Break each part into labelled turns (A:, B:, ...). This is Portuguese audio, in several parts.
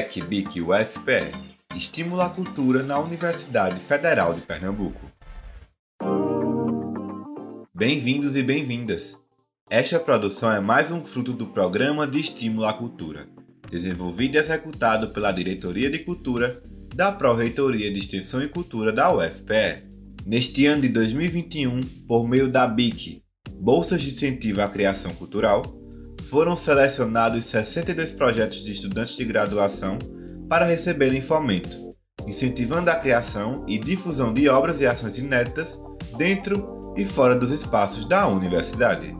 A: ECBIC UFPE estimula a cultura na Universidade Federal de Pernambuco. Bem-vindos e bem-vindas! Esta produção é mais um fruto do Programa de Estímulo à Cultura, desenvolvido e executado pela Diretoria de Cultura da Pró-Reitoria de Extensão e Cultura da UFPE. Neste ano de 2021, por meio da BIC, Bolsas de Incentivo à Criação Cultural, foram selecionados 62 projetos de estudantes de graduação para receberem fomento, incentivando a criação e difusão de obras e ações inéditas dentro e fora dos espaços da universidade.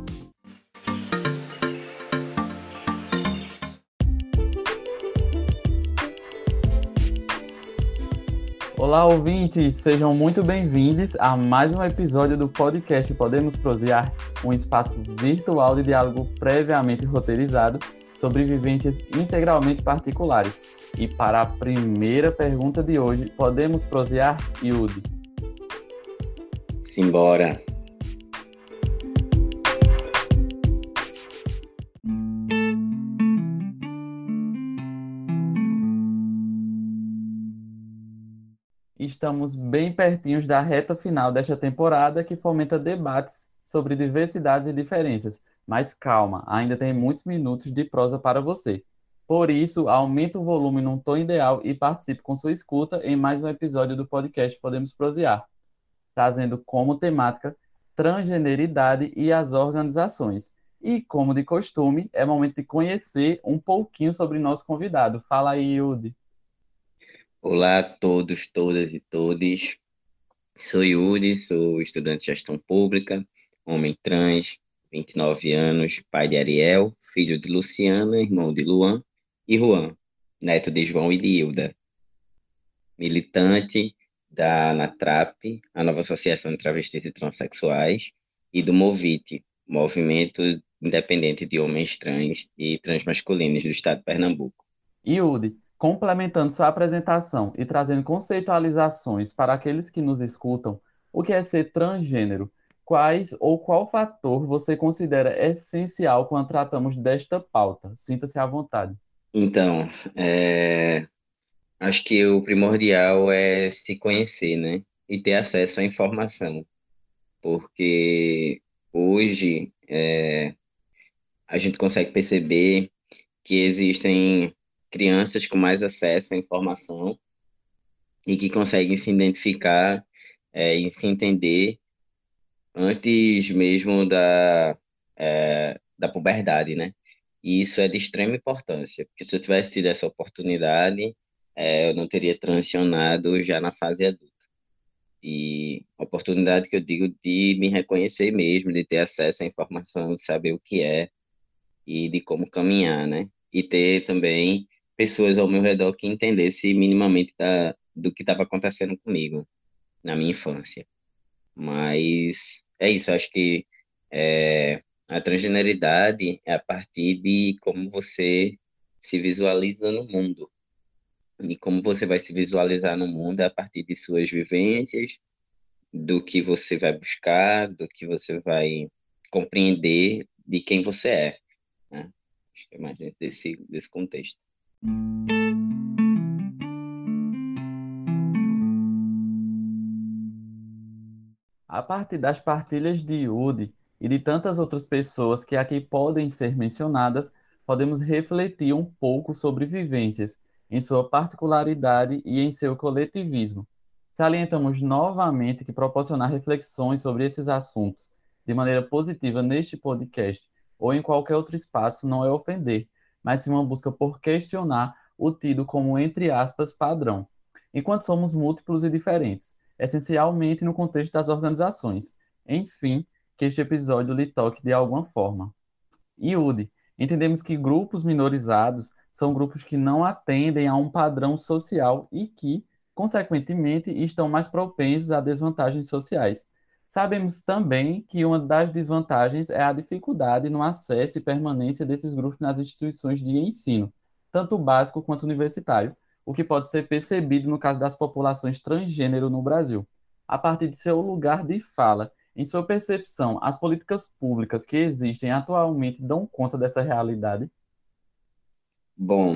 B: Olá, ouvintes! Sejam muito bem-vindos a mais um episódio do podcast Podemos Prosear, um espaço virtual de diálogo previamente roteirizado sobre vivências integralmente particulares. E para a primeira pergunta de hoje, podemos prosear, Yudi?
C: Simbora!
B: Estamos bem pertinhos da reta final desta temporada que fomenta debates sobre diversidades e diferenças. Mas calma, ainda tem muitos minutos de prosa para você. Por isso, aumente o volume num tom ideal e participe com sua escuta em mais um episódio do podcast Podemos Prosear, trazendo como temática transgeneridade e as organizações. E, como de costume, é momento de conhecer um pouquinho sobre nosso convidado. Fala aí, Yudi.
C: Olá a todos, todas e todes. Sou Yuri, sou estudante de gestão pública, homem trans, 29 anos, pai de Ariel, filho de Luciana, irmão de Luan e Juan, neto de João e de Hilda. Militante da ANATRAP, a nova Associação de Travestis e Transsexuais, e do MOVIT, Movimento Independente de Homens Trans e Transmasculinos do Estado de Pernambuco.
B: Yudi, complementando sua apresentação e trazendo conceitualizações para aqueles que nos escutam, o que é ser transgênero? Quais ou qual fator você considera essencial quando tratamos desta pauta? Sinta-se à vontade.
C: Então, acho que o primordial é se conhecer, né? E ter acesso à informação, porque hoje a gente consegue perceber que existem crianças com mais acesso à informação e que conseguem se identificar e se entender antes mesmo da puberdade, né? E isso é de extrema importância, porque se eu tivesse tido essa oportunidade, eu não teria transicionado já na fase adulta. E a oportunidade que eu digo de me reconhecer mesmo, de ter acesso à informação, de saber o que é e de como caminhar, né? E ter também pessoas ao meu redor que entendessem minimamente do que estava acontecendo comigo na minha infância. Mas é isso, eu acho que a transgeneridade é a partir de como você se visualiza no mundo. E como você vai se visualizar no mundo é a partir de suas vivências, do que você vai buscar, do que você vai compreender de quem você é, né? Acho que é mais dentro desse contexto.
B: A partir das partilhas de Yudi e de tantas outras pessoas que aqui podem ser mencionadas, podemos refletir um pouco sobre vivências, em sua particularidade e em seu coletivismo. Salientamos novamente que proporcionar reflexões sobre esses assuntos de maneira positiva neste podcast ou em qualquer outro espaço não é ofender, mas sim uma busca por questionar o tido como, entre aspas, padrão, enquanto somos múltiplos e diferentes, essencialmente no contexto das organizações. Enfim, que este episódio lhe toque de alguma forma. Yudi, entendemos que grupos minorizados são grupos que não atendem a um padrão social e que, consequentemente, estão mais propensos a desvantagens sociais. Sabemos também que uma das desvantagens é a dificuldade no acesso e permanência desses grupos nas instituições de ensino, tanto básico quanto universitário, o que pode ser percebido no caso das populações transgênero no Brasil. A partir de seu lugar de fala, em sua percepção, as políticas públicas que existem atualmente dão conta dessa realidade?
C: Bom,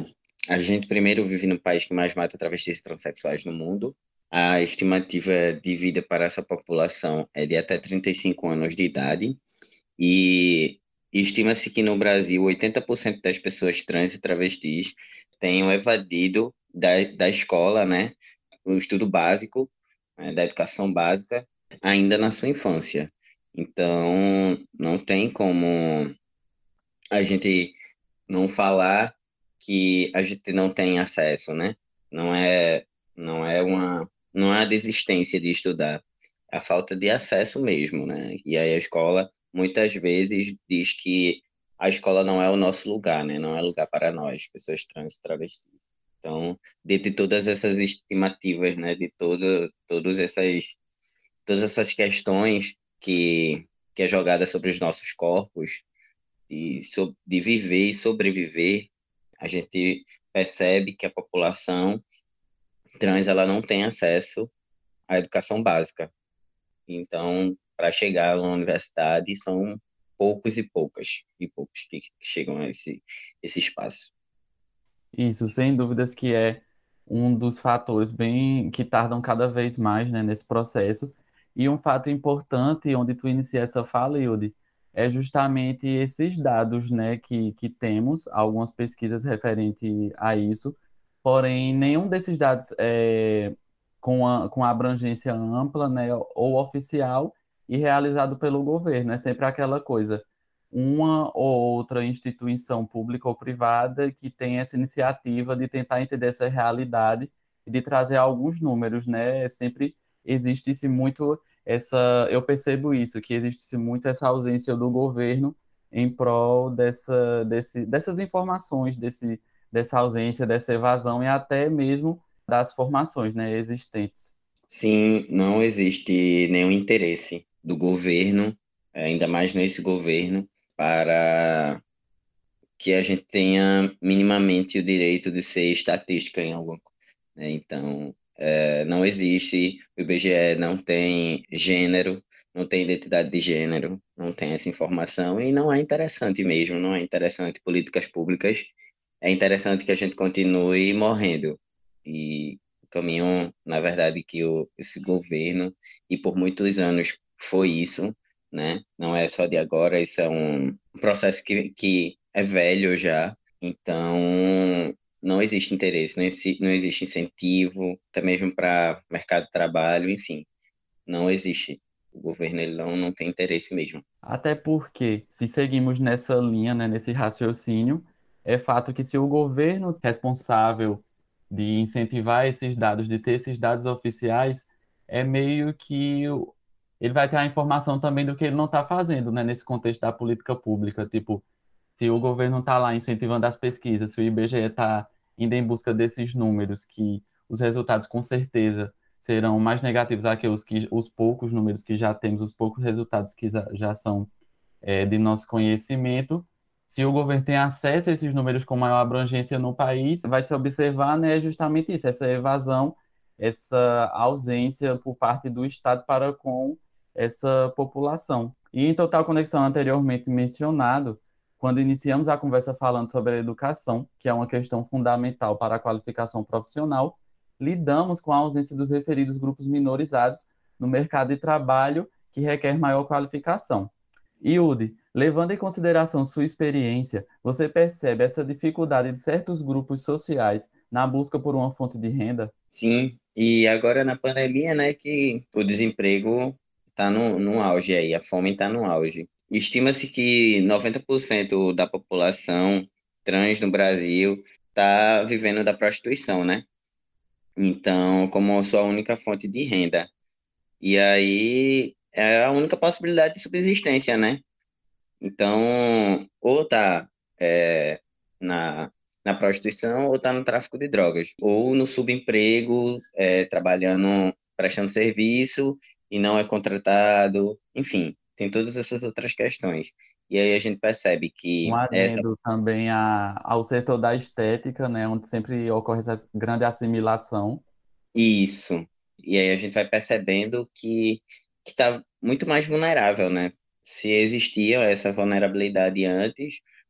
C: A gente primeiro vive no país que mais mata travestis e transexuais no mundo. A estimativa de vida para essa população é de até 35 anos de idade. E estima-se que no Brasil 80% das pessoas trans e travestis tenham evadido da escola, né, o estudo básico, né, da educação básica, ainda na sua infância. Então, não tem como a gente não falar que a gente não tem acesso, né? Não é, não é a desistência de estudar, é a falta de acesso mesmo, né? E aí a escola muitas vezes diz que a escola não é o nosso lugar, né? Não é lugar para nós, pessoas trans e travestis. Então, dentre todas essas estimativas, né, de todas essas questões que é jogada sobre os nossos corpos, de viver e sobreviver, a gente percebe que a população trans ela não tem acesso à educação básica. Então, para chegar à universidade, são poucos e poucas, e poucos que chegam a esse espaço.
B: Isso, sem dúvidas que é um dos fatores bem que tardam cada vez mais, né, nesse processo. E um fato importante, onde tu inicia essa fala, Yudi, é justamente esses dados, né, que temos, algumas pesquisas referentes a isso, porém nenhum desses dados é com abrangência ampla, né, ou oficial e realizado pelo governo. É sempre aquela coisa uma ou outra instituição pública ou privada que tem essa iniciativa de tentar entender essa realidade e de trazer alguns números, né? Sempre existe-se muito eu percebo isso, que existe-se muito essa ausência do governo em prol dessas informações, dessa ausência, dessa evasão e até mesmo das formações, né, existentes.
C: Sim, não existe nenhum interesse do governo, ainda mais nesse governo, para que a gente tenha minimamente o direito de ser estatística em alguma coisa, né? Então, não existe, o IBGE não tem gênero, não tem identidade de gênero, não tem essa informação e não é interessante mesmo, não é interessante políticas públicas, é interessante que a gente continue morrendo. E o caminho, na verdade, que esse governo, e por muitos anos foi isso, né? Não é só de agora, isso é um processo que é velho já, então não existe interesse, não existe incentivo, até mesmo para mercado de trabalho, enfim, não existe. O governo ele não tem interesse mesmo.
B: Até porque, se seguimos nessa linha, né, nesse raciocínio, é fato que se o governo responsável de incentivar esses dados, de ter esses dados oficiais, é meio que ele vai ter a informação também do que ele não está fazendo, né, nesse contexto da política pública. Tipo, se o governo está lá incentivando as pesquisas, se o IBGE está indo em busca desses números, que os resultados com certeza serão mais negativos que os poucos números que já temos, os poucos resultados que já são de nosso conhecimento. Se o governo tem acesso a esses números com maior abrangência no país, vai se observar, né, justamente isso, essa evasão, essa ausência por parte do Estado para com essa população. E em total conexão anteriormente mencionado, quando iniciamos a conversa falando sobre a educação, que é uma questão fundamental para a qualificação profissional, lidamos com a ausência dos referidos grupos minorizados no mercado de trabalho que requer maior qualificação. Yudi, levando em consideração sua experiência, você percebe essa dificuldade de certos grupos sociais na busca por uma fonte de renda?
C: Sim, e agora na pandemia, né, que o desemprego está no auge aí, a fome está no auge. Estima-se que 90% da população trans no Brasil está vivendo da prostituição, né? Então, como sua única fonte de renda. E aí é a única possibilidade de subsistência, né? Então, ou tá na, na prostituição, ou tá no tráfico de drogas, ou no subemprego, trabalhando, prestando serviço e não é contratado, enfim, tem todas essas outras questões. E aí a gente percebe
B: Um
C: que
B: adendo também ao setor da estética, né, onde sempre ocorre essa grande assimilação.
C: isso, e aí a gente vai percebendo que está muito mais vulnerável, né? Se existia essa vulnerabilidade antes,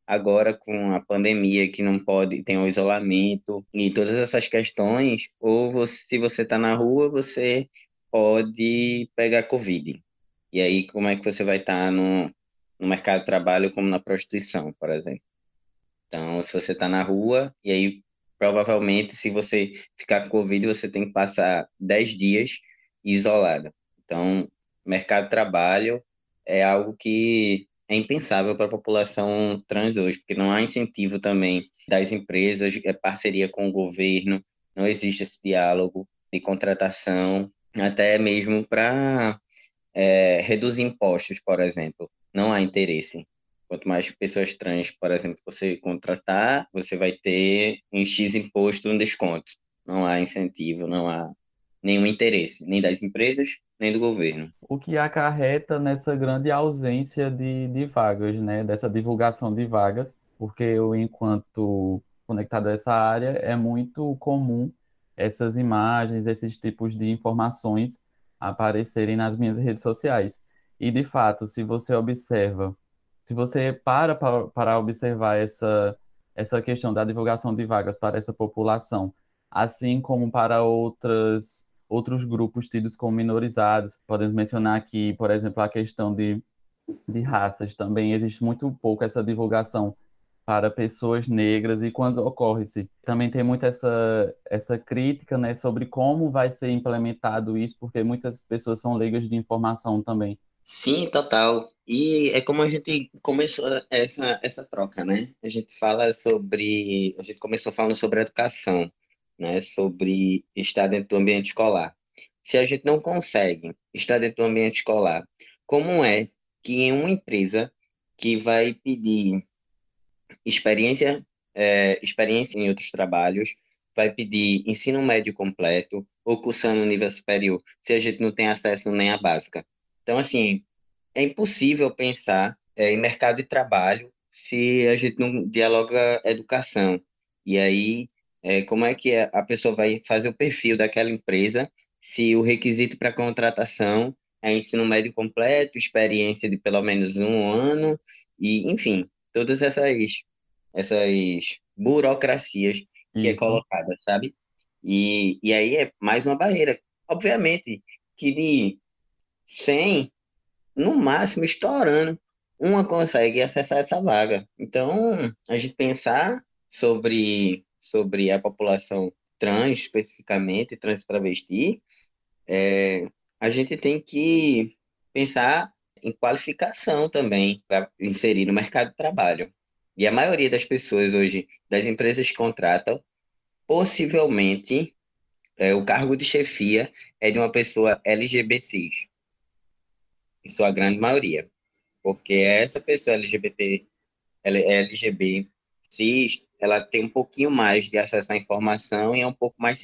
C: agora com a pandemia que não pode, tem o isolamento e todas essas questões, se você está na rua, você pode pegar Covid. E aí, como é que você vai estar no mercado de trabalho, como na prostituição, por exemplo? Então, se você está na rua, e aí, provavelmente, se você ficar com Covid, você tem que passar 10 dias isolado. Então, mercado de trabalho é algo que é impensável para a população trans hoje, porque não há incentivo também das empresas, é parceria com o governo, não existe esse diálogo de contratação, até mesmo para reduzir impostos, por exemplo. Não há interesse. Quanto mais pessoas trans, por exemplo, você contratar, você vai ter um X imposto, um desconto. Não há incentivo, não há nenhum interesse, nem das empresas, nem do governo.
B: O que acarreta nessa grande ausência de vagas, né? Dessa divulgação de vagas, porque eu, enquanto conectado a essa área, é muito comum essas imagens, esses tipos de informações aparecerem nas minhas redes sociais. E, de fato, se você observa, se você para observar essa questão da divulgação de vagas para essa população, assim como para outros grupos tidos como minorizados. Podemos mencionar aqui, por exemplo, a questão de raças. Também existe muito pouco essa divulgação para pessoas negras e quando ocorre-se. Também tem muito essa crítica, né, sobre como vai ser implementado isso, porque muitas pessoas são leigas de informação também.
C: Sim, total. E é como a gente começou essa troca, né? A gente começou falando sobre educação, né? Sobre estar dentro do ambiente escolar. Se a gente não consegue estar dentro do ambiente escolar, como é que em uma empresa que vai pedir experiência, experiência em outros trabalhos, vai pedir ensino médio completo ou cursando nível superior, se a gente não tem acesso nem à básica? Então, assim, é impossível pensar em mercado de trabalho se a gente não dialoga educação. E aí, como é que a pessoa vai fazer o perfil daquela empresa se o requisito para contratação é ensino médio completo, experiência de pelo menos um ano, e, enfim, todas essas burocracias que é
B: Isso.
C: colocada, sabe? E aí é mais uma barreira. Obviamente que de 100 no máximo, estourando, uma consegue acessar essa vaga. Então, a gente pensar sobre a população trans, especificamente, trans e travesti, a gente tem que pensar em qualificação também para inserir no mercado de trabalho. E a maioria das pessoas hoje, das empresas que contratam, possivelmente, o cargo de chefia é de uma pessoa LGBTX, em sua grande maioria. Porque essa pessoa LGBT, ela é LGB, cis, ela tem um pouquinho mais de acesso à informação e é um pouco mais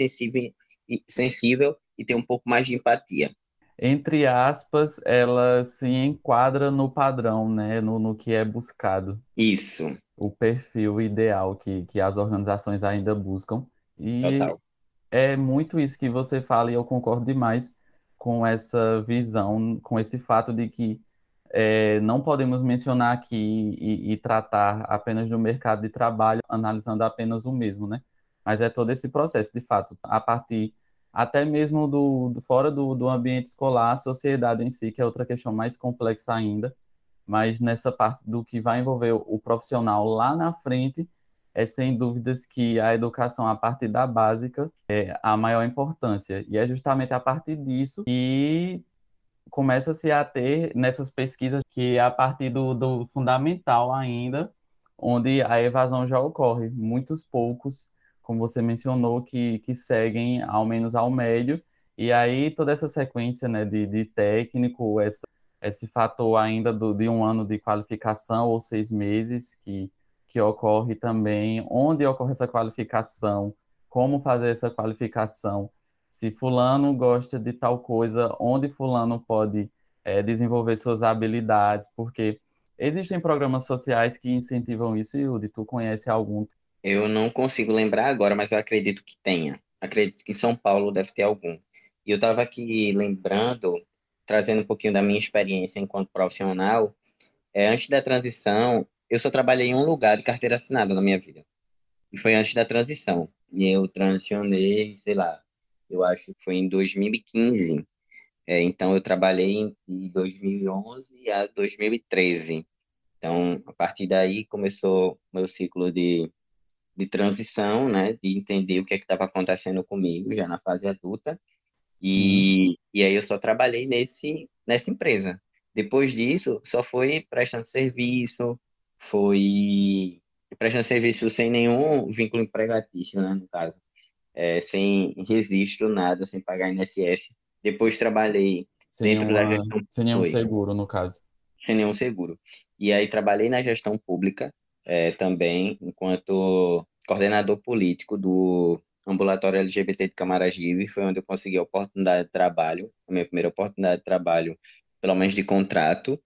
C: sensível e tem um pouco mais de empatia.
B: Entre aspas, ela se enquadra no padrão, né? No que é buscado.
C: Isso,
B: O perfil ideal que as organizações ainda buscam. E
C: total.
B: é muito isso que você fala, e eu concordo demais com essa visão, com esse fato de que não podemos mencionar aqui e tratar apenas do mercado de trabalho, analisando apenas o mesmo, né? Mas é todo esse processo, de fato, a partir até mesmo fora do ambiente escolar, a sociedade em si, que é outra questão mais complexa ainda, mas nessa parte do que vai envolver o profissional lá na frente, é sem dúvidas que a educação a partir da básica é a maior importância. E é justamente a partir disso que começa-se a ter nessas pesquisas que é a partir do fundamental ainda, onde a evasão já ocorre. Muitos poucos, como você mencionou, que seguem ao menos ao médio, e aí toda essa sequência, né, de técnico, esse fator ainda de um ano de qualificação ou 6 meses que ocorre também, onde ocorre essa qualificação, como fazer essa qualificação, se fulano gosta de tal coisa, onde fulano pode desenvolver suas habilidades, porque existem programas sociais que incentivam isso, Yudi, tu conhece algum?
C: Eu não consigo lembrar agora, mas eu acredito que tenha. Acredito que em São Paulo deve ter algum. E eu estava aqui lembrando, trazendo um pouquinho da minha experiência enquanto profissional, antes da transição, eu só trabalhei em um lugar de carteira assinada na minha vida. E foi antes da transição. E eu transicionei, sei lá, eu acho que foi em 2015. Então, eu trabalhei de 2011 a 2013. Então, a partir daí começou meu ciclo de transição, né? De entender o que é que estava acontecendo comigo já na fase adulta.
B: Sim,
C: E aí eu só trabalhei nessa empresa. Depois disso, só foi prestando serviço sem nenhum vínculo empregatício, né, no caso. Sem registro, nada, sem pagar INSS. Depois trabalhei dentro da gestão,
B: sem nenhum
C: foi,
B: seguro, no caso.
C: sem nenhum seguro. E aí trabalhei na gestão pública, também, enquanto coordenador político do Ambulatório LGBT de Camaragibe, foi onde eu consegui a oportunidade de trabalho, a minha primeira oportunidade de trabalho, pelo menos de contrato,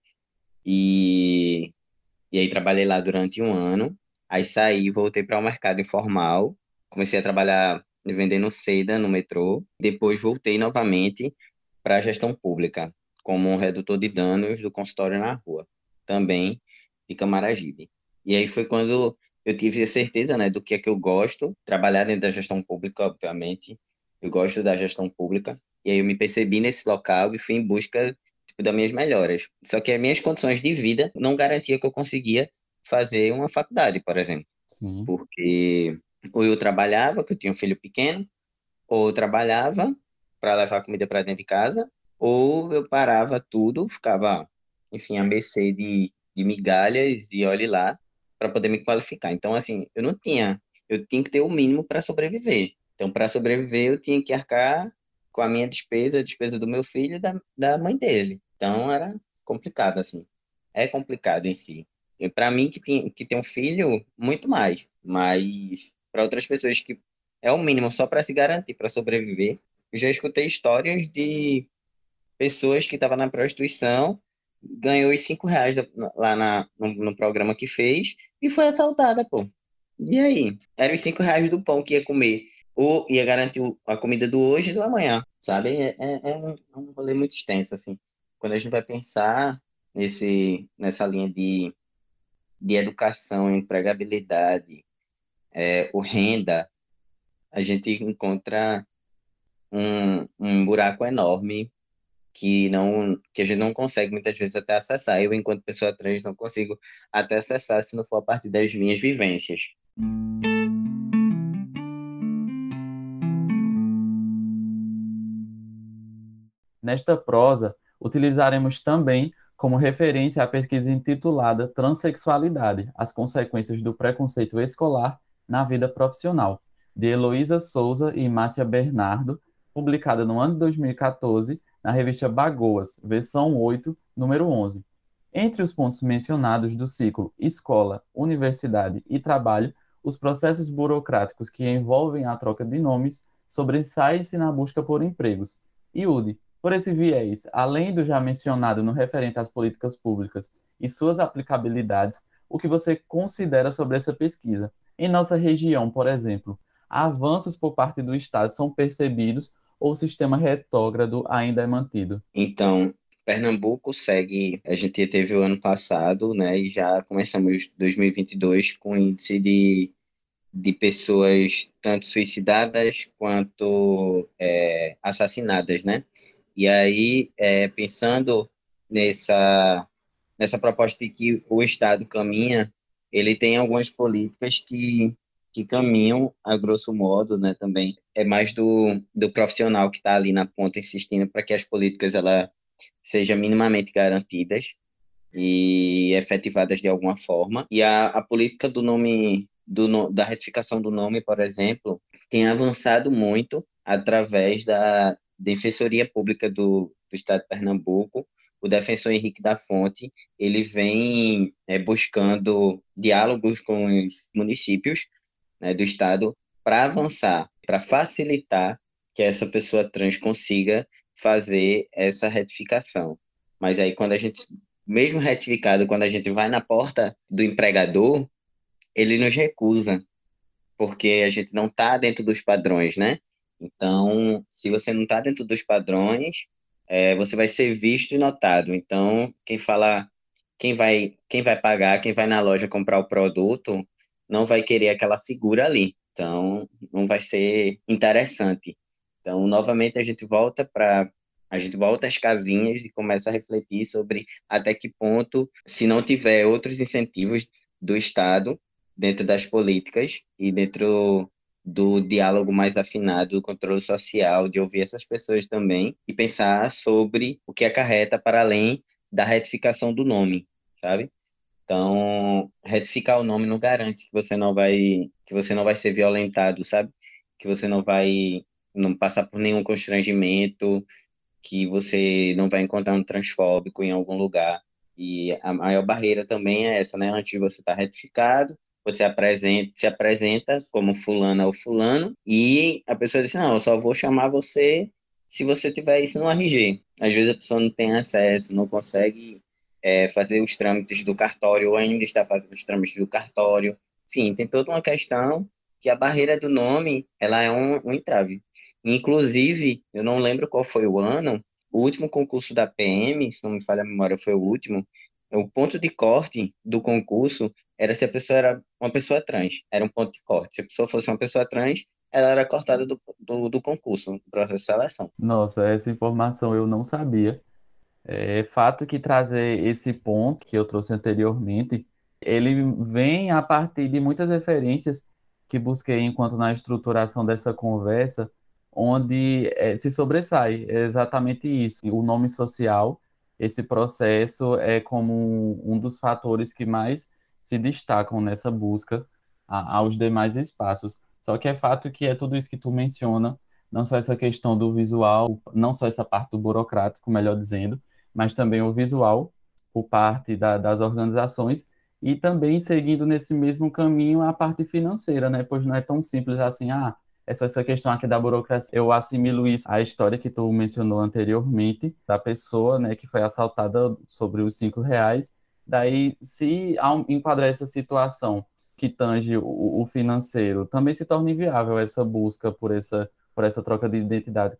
C: e, e aí trabalhei lá durante um ano, aí saí, voltei para o mercado informal, comecei a trabalhar vendendo seda no metrô, depois voltei novamente para a gestão pública, como um redutor de danos do consultório na rua, também de Camaragibe. E aí foi quando eu tive a certeza, né, do que é que eu gosto, trabalhar dentro da gestão pública, obviamente, eu gosto da gestão pública, e aí eu me percebi nesse local e fui em busca, tipo, das minhas melhoras. Só que as minhas condições de vida não garantiam que eu conseguia fazer uma faculdade, por exemplo,
B: Sim,
C: porque ou eu trabalhava, porque eu tinha um filho pequeno, ou eu trabalhava para levar comida para dentro de casa, ou eu parava tudo, ficava, enfim, a mercê de migalhas e olhe lá, para poder me qualificar. Então, assim, eu tinha que ter o mínimo para sobreviver. Então, para sobreviver, eu tinha que arcar com a minha despesa, a despesa do meu filho e da mãe dele. Então, era complicado, assim. É complicado em si. E para mim, que tem um filho, muito mais. Mas para outras pessoas que é o mínimo só para se garantir, para sobreviver. Eu já escutei histórias de pessoas que estavam na prostituição, ganhou os R$ 5 lá no programa que fez e foi assaltada, pô. E aí? Era os R$ 5 do pão que ia comer. Ou ia garantir a comida do hoje e do amanhã, sabe? É um rolê muito extenso, assim. Quando a gente vai pensar nessa linha de educação, empregabilidade, o renda, a gente encontra um buraco enorme que a gente não consegue muitas vezes até acessar. Eu, enquanto pessoa trans, não consigo até acessar se não for a partir das minhas vivências.
B: Nesta prosa, utilizaremos também como referência a pesquisa intitulada Transsexualidade: As Consequências do Preconceito Escolar na Vida Profissional, de Heloísa Souza e Márcia Bernardo, publicada no ano de 2014 na revista Bagoas, versão 8, número 11. Entre os pontos mencionados do ciclo Escola, Universidade e Trabalho, os processos burocráticos que envolvem a troca de nomes sobressaem-se na busca por empregos. Iude, por esse viés, além do já mencionado no referente às políticas públicas e suas aplicabilidades, o que você considera sobre essa pesquisa? Em nossa região, por exemplo, avanços por parte do Estado são percebidos ou o sistema retrógrado ainda é mantido?
C: Então, Pernambuco segue, a gente teve o ano passado, né, e já começamos 2022 com índice de pessoas tanto suicidadas quanto assassinadas, né? E aí, pensando nessa, nessa proposta de que o Estado caminha, ele tem algumas políticas que caminham, a grosso modo, né, também. É mais do profissional que está ali na ponta insistindo para que as políticas ela sejam minimamente garantidas e efetivadas de alguma forma. E a política do nome, da retificação do nome, por exemplo, tem avançado muito através da Defensoria Pública do Estado de Pernambuco. O defensor Henrique da Fonte, ele vem buscando diálogos com os municípios, né, do estado para avançar, para facilitar que essa pessoa trans consiga fazer essa retificação. Mas aí quando a gente, mesmo retificado, quando a gente vai na porta do empregador, ele nos recusa, porque a gente não está dentro dos padrões, né? Então, se você não está dentro dos padrões, você vai ser visto e notado. Então, quem fala quem vai pagar, quem vai na loja comprar o produto, não vai querer aquela figura ali. Então, não vai ser interessante. Então, novamente, a gente volta às casinhas e começa a refletir sobre até que ponto, se não tiver outros incentivos do Estado dentro das políticas e dentro do diálogo mais afinado, do controle social, de ouvir essas pessoas também e pensar sobre o que acarreta para além da retificação do nome, sabe? Então, retificar o nome não garante que você não vai ser violentado, sabe? Que você não vai não passar por nenhum constrangimento, que você não vai encontrar um transfóbico em algum lugar. E a maior barreira também é essa, né? Antes de você estar retificado, se apresenta como fulana ou fulano, e a pessoa diz, não, eu só vou chamar você se você tiver isso no RG. Às vezes a pessoa não tem acesso, não consegue fazer os trâmites do cartório, ou ainda está fazendo os trâmites do cartório. Enfim, tem toda uma questão que a barreira do nome, ela é um entrave. Inclusive, eu não lembro qual foi o ano, o último concurso da PM, se não me falha a memória, foi o último. O ponto de corte do concurso era se a pessoa era uma pessoa trans. Era um ponto de corte. Se a pessoa fosse uma pessoa trans, ela era cortada do concurso, do processo de seleção.
B: Nossa, essa informação eu não sabia. É fato que trazer esse ponto que eu trouxe anteriormente, ele vem a partir de muitas referências que busquei enquanto na estruturação dessa conversa, onde se sobressai é exatamente isso. O nome social, esse processo é como um dos fatores que mais se destacam nessa busca aos demais espaços. Só que é fato que é tudo isso que tu menciona, não só essa questão do visual, não só essa parte do burocrático, melhor dizendo, mas também o visual por parte das organizações e também seguindo nesse mesmo caminho a parte financeira, né? Pois não é tão simples assim, essa questão aqui da burocracia, eu assimilo isso à história que tu mencionou anteriormente, da pessoa, né, que foi assaltada sobre os R$ 5. Daí, se enquadrar essa situação que tange o financeiro, também se torna inviável essa busca por essa troca de identidade,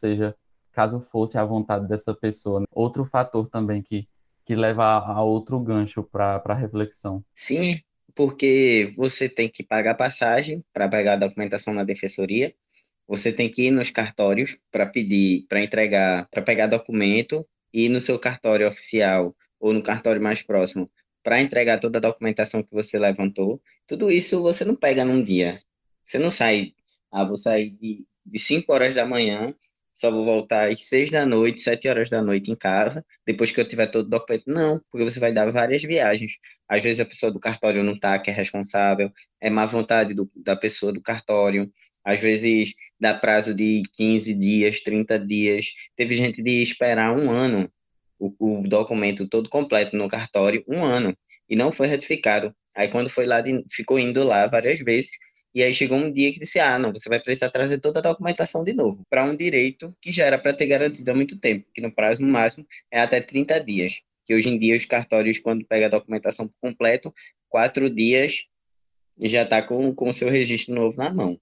B: caso fosse a vontade dessa pessoa, né? Outro fator também que leva a outro gancho para reflexão.
C: Sim, porque você tem que pagar passagem para pegar a documentação na defensoria, você tem que ir nos cartórios para pedir, para entregar, para pegar documento, e ir no seu cartório oficial ou no cartório mais próximo para entregar toda a documentação que você levantou. Tudo isso você não pega num dia. Você não sai, vou sair de 5 horas da manhã, só vou voltar às 6 da noite, 7 horas da noite em casa, depois que eu tiver todo o documento. Não, porque você vai dar várias viagens. Às vezes a pessoa do cartório não está, que é responsável, é má vontade da pessoa do cartório. Às vezes dá prazo de 15 dias, 30 dias. Teve gente de esperar um ano o documento todo completo no cartório, um ano, e não foi retificado. Aí quando foi lá, ficou indo lá várias vezes, e aí chegou um dia que disse, não, você vai precisar trazer toda a documentação de novo, para um direito que já era para ter garantido há muito tempo, que no prazo no máximo é até 30 dias, que hoje em dia os cartórios, quando pega a documentação por completo, 4 dias já está com o seu registro novo na mão.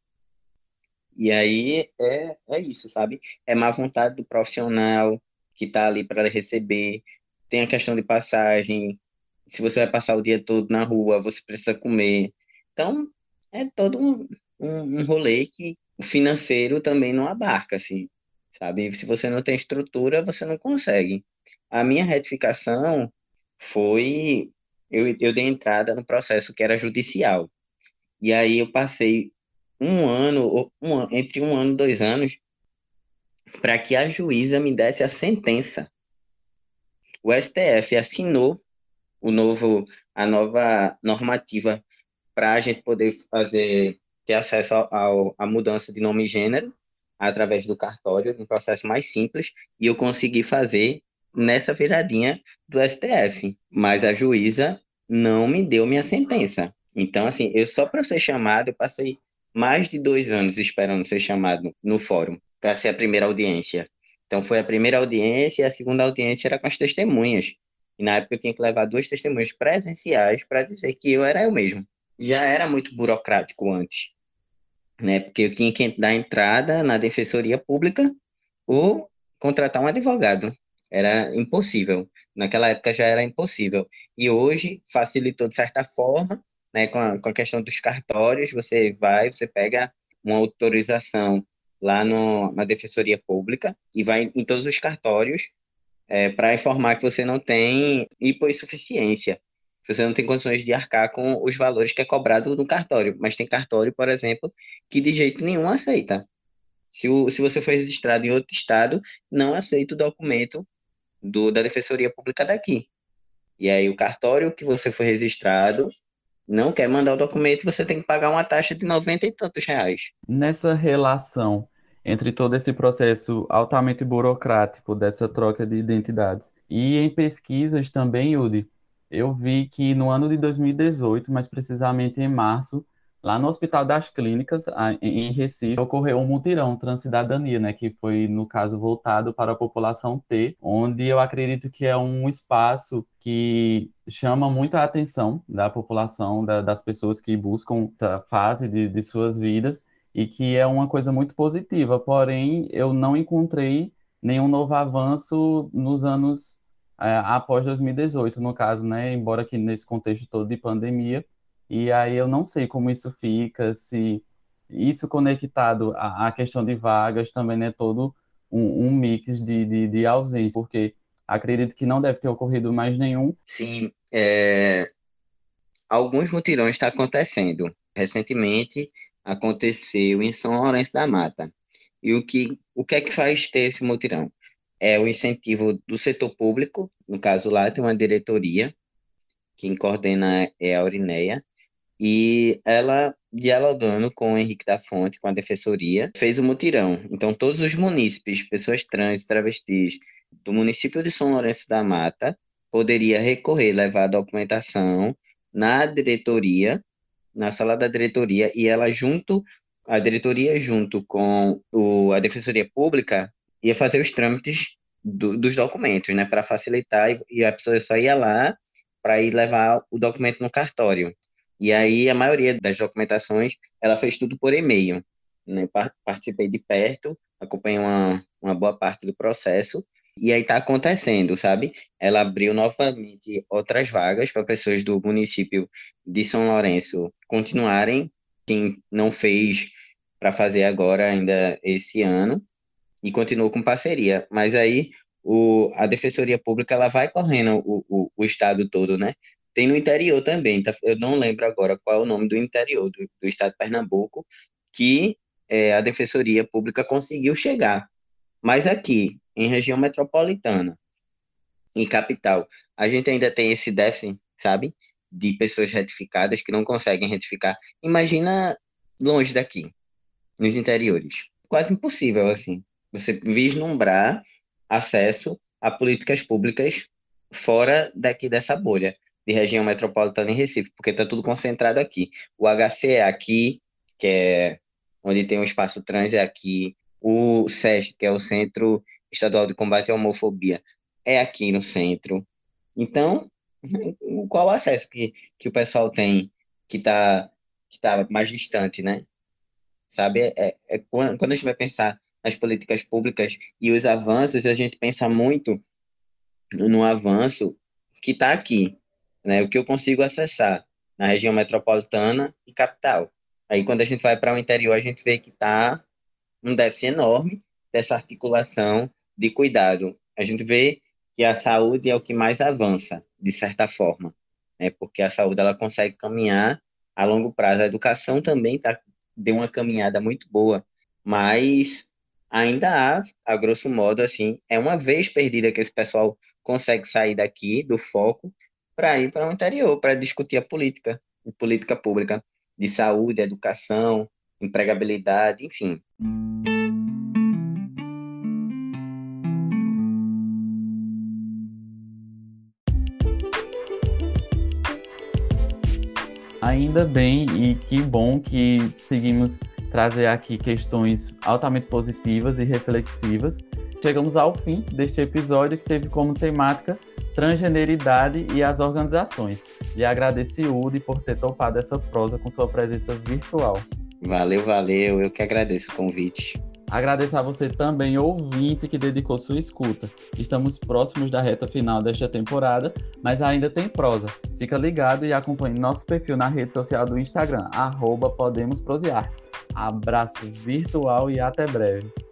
C: E aí é isso, sabe? É má vontade do profissional que está ali para receber. Tem a questão de passagem. Se você vai passar o dia todo na rua, você precisa comer. Então, é todo um rolê que o financeiro também não abarca, assim, sabe? Se você não tem estrutura, você não consegue. A minha retificação foi... eu dei entrada no processo que era judicial. E aí eu passei um ano, entre um ano e 2 anos, para que a juíza me desse a sentença. O STF assinou a nova normativa para a gente poder ter acesso à mudança de nome e gênero através do cartório, um processo mais simples, e eu consegui fazer nessa viradinha do STF. Mas a juíza não me deu minha sentença. Então, assim, eu só para ser chamado, eu passei mais de 2 anos esperando ser chamado no fórum, para ser a primeira audiência. Então, foi a primeira audiência e a segunda audiência era com as testemunhas. E na época eu tinha que levar duas testemunhas presenciais para dizer que eu era eu mesmo. Já era muito burocrático antes, né? Porque eu tinha que dar entrada na defensoria pública ou contratar um advogado. era impossível. Naquela época já era impossível. E hoje facilitou de certa forma, né, com a questão dos cartórios, você pega uma autorização lá no, na Defensoria Pública e vai em todos os cartórios para informar que você não tem hipossuficiência, que você não tem condições de arcar com os valores que é cobrado no cartório. Mas tem cartório, por exemplo, que de jeito nenhum aceita. Se você for registrado em outro estado, não aceita o documento da Defensoria Pública daqui. E aí o cartório que você foi registrado não quer mandar o documento, você tem que pagar uma taxa de 90 e tantos reais.
B: Nessa relação entre todo esse processo altamente burocrático dessa troca de identidades e em pesquisas também, Yudi, eu vi que no ano de 2018, mais precisamente em março, lá no Hospital das Clínicas, em Recife, ocorreu um mutirão Transcidadania, né, que foi, no caso, voltado para a população T, onde eu acredito que é um espaço que chama muito a atenção da população, das pessoas que buscam essa fase de suas vidas, e que é uma coisa muito positiva, porém eu não encontrei nenhum novo avanço nos anos após 2018, no caso, né, embora que nesse contexto todo de pandemia, e aí eu não sei como isso fica, se isso conectado à questão de vagas também é todo um mix de ausência, porque acredito que não deve ter ocorrido mais nenhum.
C: Sim, alguns mutirões estão acontecendo. Recentemente aconteceu em São Lourenço da Mata. E o que é que faz ter esse mutirão? É o incentivo do setor público, no caso lá tem uma diretoria, quem coordena é a Aurineia, e ela, dialogando com o Henrique da Fonte, com a defensoria, fez o mutirão. Então, todos os munícipes, pessoas trans, travestis, do município de São Lourenço da Mata, poderia recorrer, levar a documentação na diretoria, na sala da diretoria, e a diretoria junto com a defensoria pública, ia fazer os trâmites dos documentos, né, para facilitar, e a pessoa só ia lá para ir levar o documento no cartório. E aí a maioria das documentações, ela fez tudo por e-mail, né? Participei de perto, acompanhei uma boa parte do processo, e aí está acontecendo, sabe? Ela abriu novamente outras vagas para pessoas do município de São Lourenço continuarem, quem não fez para fazer agora ainda esse ano, e continuou com parceria. Mas aí a Defensoria Pública ela vai correndo o estado todo, né? Tem no interior também, tá? Eu não lembro agora qual é o nome do interior do estado de Pernambuco, que a Defensoria Pública conseguiu chegar. Mas aqui, em região metropolitana, em capital, a gente ainda tem esse déficit, sabe? De pessoas retificadas que não conseguem retificar. Imagina longe daqui, nos interiores. Quase impossível, assim. Você vislumbrar acesso a políticas públicas fora daqui dessa bolha de região metropolitana em Recife, porque está tudo concentrado aqui. O HC é aqui, que é onde tem o espaço trans, é aqui. O SESC, que é o Centro Estadual de Combate à Homofobia, é aqui no centro. Então, qual o acesso que o pessoal tem que tá mais distante, né? Sabe? Quando a gente vai pensar nas políticas públicas e os avanços, a gente pensa muito no avanço que está aqui, né? O que eu consigo acessar na região metropolitana e capital. Aí, quando a gente vai para o interior, a gente vê que está um déficit enorme dessa articulação de cuidado. A gente vê que a saúde é o que mais avança, de certa forma, né? Porque a saúde ela consegue caminhar a longo prazo. A educação também deu uma caminhada muito boa, mas ainda há, a grosso modo, assim, é uma vez perdida que esse pessoal consegue sair daqui, do foco, para ir para o interior, para discutir política pública de saúde, educação, empregabilidade, enfim.
B: Ainda bem e que bom que seguimos trazer aqui questões altamente positivas e reflexivas. Chegamos ao fim deste episódio que teve como temática transgeneridade e as organizações. E agradeço Udi por ter topado essa prosa com sua presença virtual.
C: Valeu, eu que agradeço o convite.
B: Agradeço a você também, ouvinte, que dedicou sua escuta. Estamos próximos da reta final desta temporada, mas ainda tem prosa. Fica ligado e acompanhe nosso perfil na rede social do Instagram, @PodemosProsear. Abraço virtual e até breve.